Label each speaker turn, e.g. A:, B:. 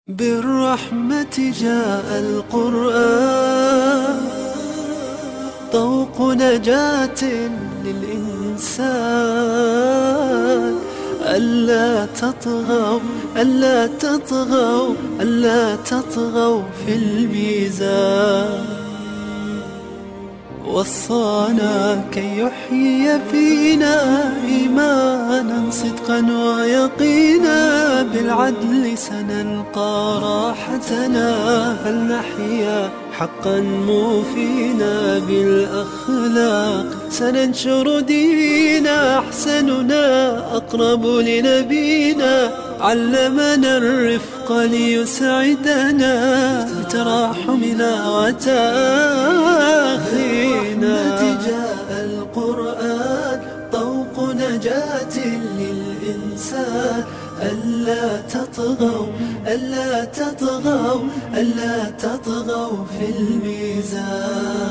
A: بالرحمة جاء القرآن، طوق نجاة للإنسان. ألا تطغوا ألا تطغوا ألا تطغوا في الميزان. وصانا كي يحيي فينا إيمانا صدقا ويقينا، بالعدل سنلقى راحتنا، فلنحيا حقا موفينا، بالأخلاق سننشر دينا، أحسننا أقرب لنبينا، علمنا الرفق ليسعدنا، بتراحمنا وتآخينا. جاء القرآن طوق نجاة للإنسان. ألا تطغوا ألا تطغوا ألا تطغوا في الميزان.